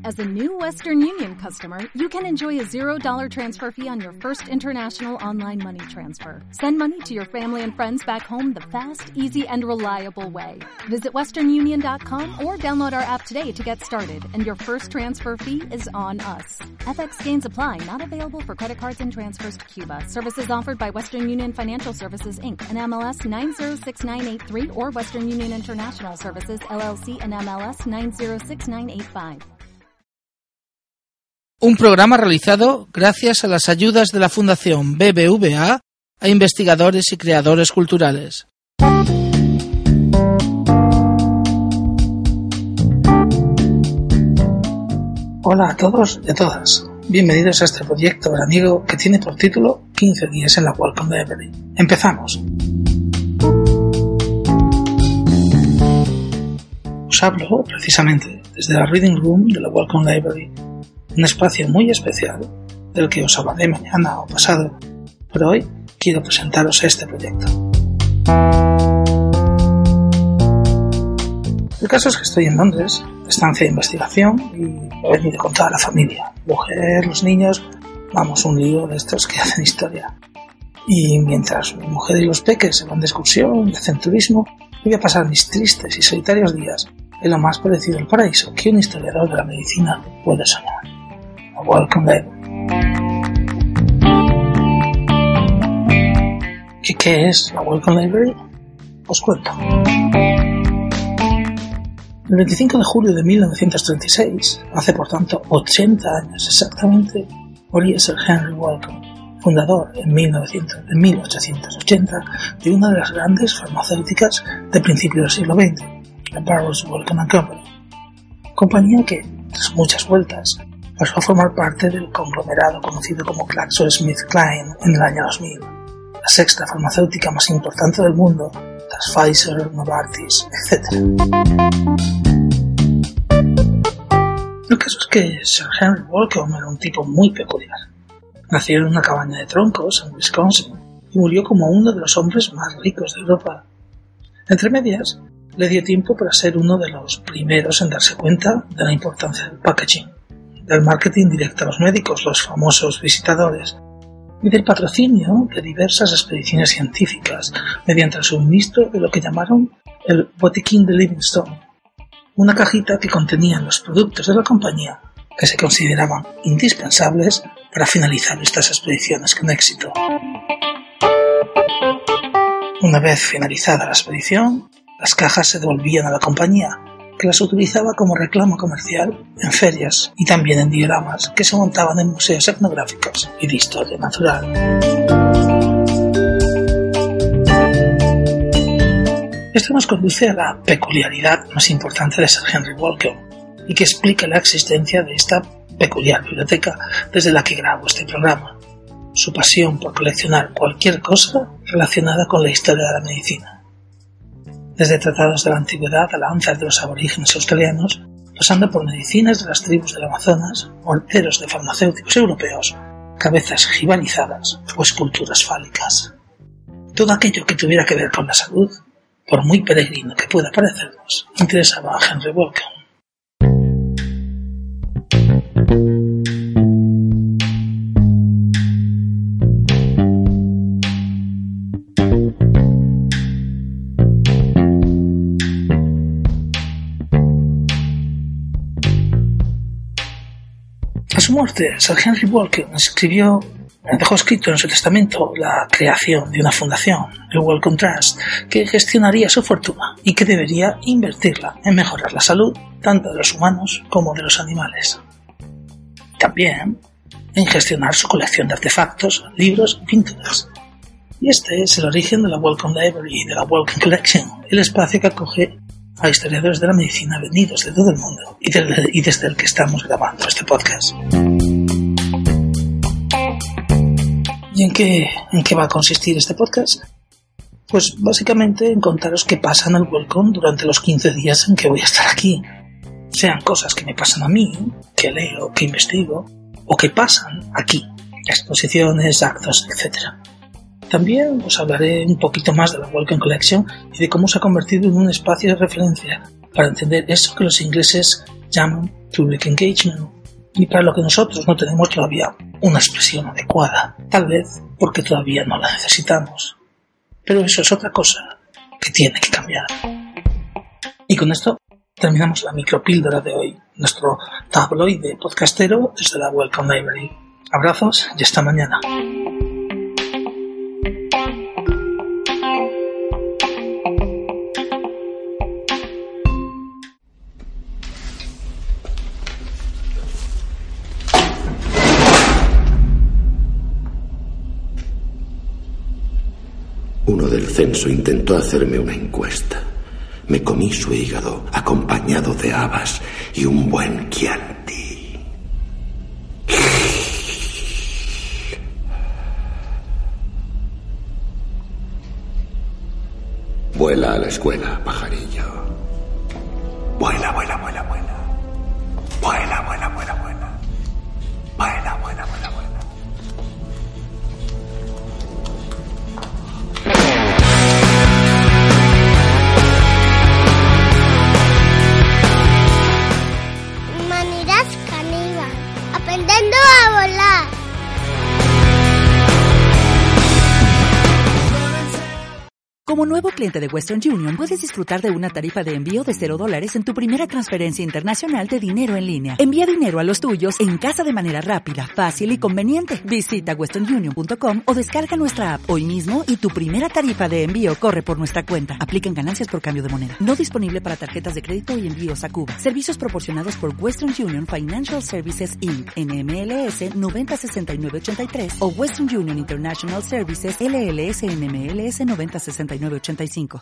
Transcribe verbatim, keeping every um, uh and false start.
As a new Western Union customer, you can enjoy a zero dollars transfer fee on your first international online money transfer. Send money to your family and friends back home the fast, easy, and reliable way. Visit western union dot com or download our app today to get started, and your first transfer fee is on us. F X gains apply, not available for credit cards and transfers to Cuba. Services offered by Western Union Financial Services, Incorporated, and M L S nine zero six nine eight three or Western Union International Services, L L C, and M L S nine zero six nine eight five. Un programa realizado gracias a las ayudas de la Fundación B B V A a investigadores y creadores culturales. Hola a todos y a todas. Bienvenidos a este proyecto veraniego que tiene por título quince días en la Wellcome Library. ¡Empezamos! Os hablo precisamente desde la Reading Room de la Wellcome Library, un espacio muy especial del que os hablaré mañana o pasado, pero hoy quiero presentaros este proyecto. El caso es que estoy en Londres, de estancia de investigación, y he venido con toda la familia, mujer, los niños, vamos, un lío de estos que hacen historia. Y mientras mi mujer y los peques se van de excursión y hacen turismo, voy a pasar mis tristes y solitarios días en lo más parecido al paraíso que un historiador de la medicina puede soñar. La Wellcome Library. ¿Qué, ¿Qué es la Wellcome Library? Os cuento. El veinticinco de julio de mil novecientos treinta y seis, hace por tanto ochenta años exactamente, moría Sir Henry Wellcome, fundador en, mil novecientos, en mil ochocientos ochenta de una de las grandes farmacéuticas de principios del siglo veinte, la Burroughs Wellcome and Company, compañía que, tras muchas vueltas, pasó a formar parte del conglomerado conocido como GlaxoSmithKline en el año dos mil, la sexta farmacéutica más importante del mundo, tras Pfizer, Novartis, etcétera. El caso es que Sir Henry Wellcome era un tipo muy peculiar. Nació en una cabaña de troncos en Wisconsin y murió como uno de los hombres más ricos de Europa. Entre medias, le dio tiempo para ser uno de los primeros en darse cuenta de la importancia del packaging, del marketing directo a los médicos, los famosos visitadores, y del patrocinio de diversas expediciones científicas mediante el suministro de lo que llamaron el Botiquín de Livingstone, una cajita que contenía los productos de la compañía que se consideraban indispensables para finalizar estas expediciones con éxito. Una vez finalizada la expedición, las cajas se devolvían a la compañía, que las utilizaba como reclamo comercial en ferias y también en dioramas que se montaban en museos etnográficos y de historia natural. Esto nos conduce a la peculiaridad más importante de Sir Henry Wellcome y que explica la existencia de esta peculiar biblioteca desde la que grabo este programa: su pasión por coleccionar cualquier cosa relacionada con la historia de la medicina. Desde tratados de la antigüedad, alabanzas de los aborígenes australianos, pasando por medicinas de las tribus del Amazonas, morteros de farmacéuticos europeos, cabezas jibarizadas o esculturas fálicas. Todo aquello que tuviera que ver con la salud, por muy peregrino que pueda parecernos, interesaba a Henry Wellcome. A su muerte, Sir Henry Wellcome escribió, dejó escrito en su testamento la creación de una fundación, el Wellcome Trust, que gestionaría su fortuna y que debería invertirla en mejorar la salud tanto de los humanos como de los animales. También en gestionar su colección de artefactos, libros y pinturas. Y este es el origen de la Wellcome Library y de la Wellcome Collection, el espacio que acoge a historiadores de la medicina venidos de todo el mundo y desde, y desde el que estamos grabando este podcast. ¿Y en qué, en qué va a consistir este podcast? Pues básicamente en contaros qué pasa en el Wellcome durante los quince días en que voy a estar aquí. Sean cosas que me pasan a mí, que leo, que investigo, o que pasan aquí, exposiciones, actos, etcétera. También os hablaré un poquito más de la Wellcome Collection y de cómo se ha convertido en un espacio de referencia para entender eso que los ingleses llaman Public Engagement, y para lo que nosotros no tenemos todavía una expresión adecuada, tal vez porque todavía no la necesitamos. Pero eso es otra cosa que tiene que cambiar. Y con esto terminamos la micropíldora de hoy, nuestro tabloide podcastero desde la Welcome Library. Abrazos y hasta mañana. Uno del censo intentó hacerme una encuesta. Me comí su hígado acompañado de habas y un buen Chianti. Vuela a la escuela, pajarillo. Vuela, vuela, vuela, vuela. Vuela, vuela, vuela, vuela. Vuela, vuela, vuela, vuela. Humanidad caníbal, aprendiendo a volar. Como nuevo cliente de Western Union, puedes disfrutar de una tarifa de envío de cero dólares en tu primera transferencia internacional de dinero en línea. Envía dinero a los tuyos en casa de manera rápida, fácil y conveniente. Visita western union punto com o descarga nuestra app hoy mismo y tu primera tarifa de envío corre por nuestra cuenta. Aplican ganancias por cambio de moneda. No disponible para tarjetas de crédito y envíos a Cuba. Servicios proporcionados por Western Union Financial Services Incorporated, N M L S noventa sesenta y nueve ochenta y tres o Western Union International Services L L S N M L S noventa sesenta y nueve ochenta y cinco.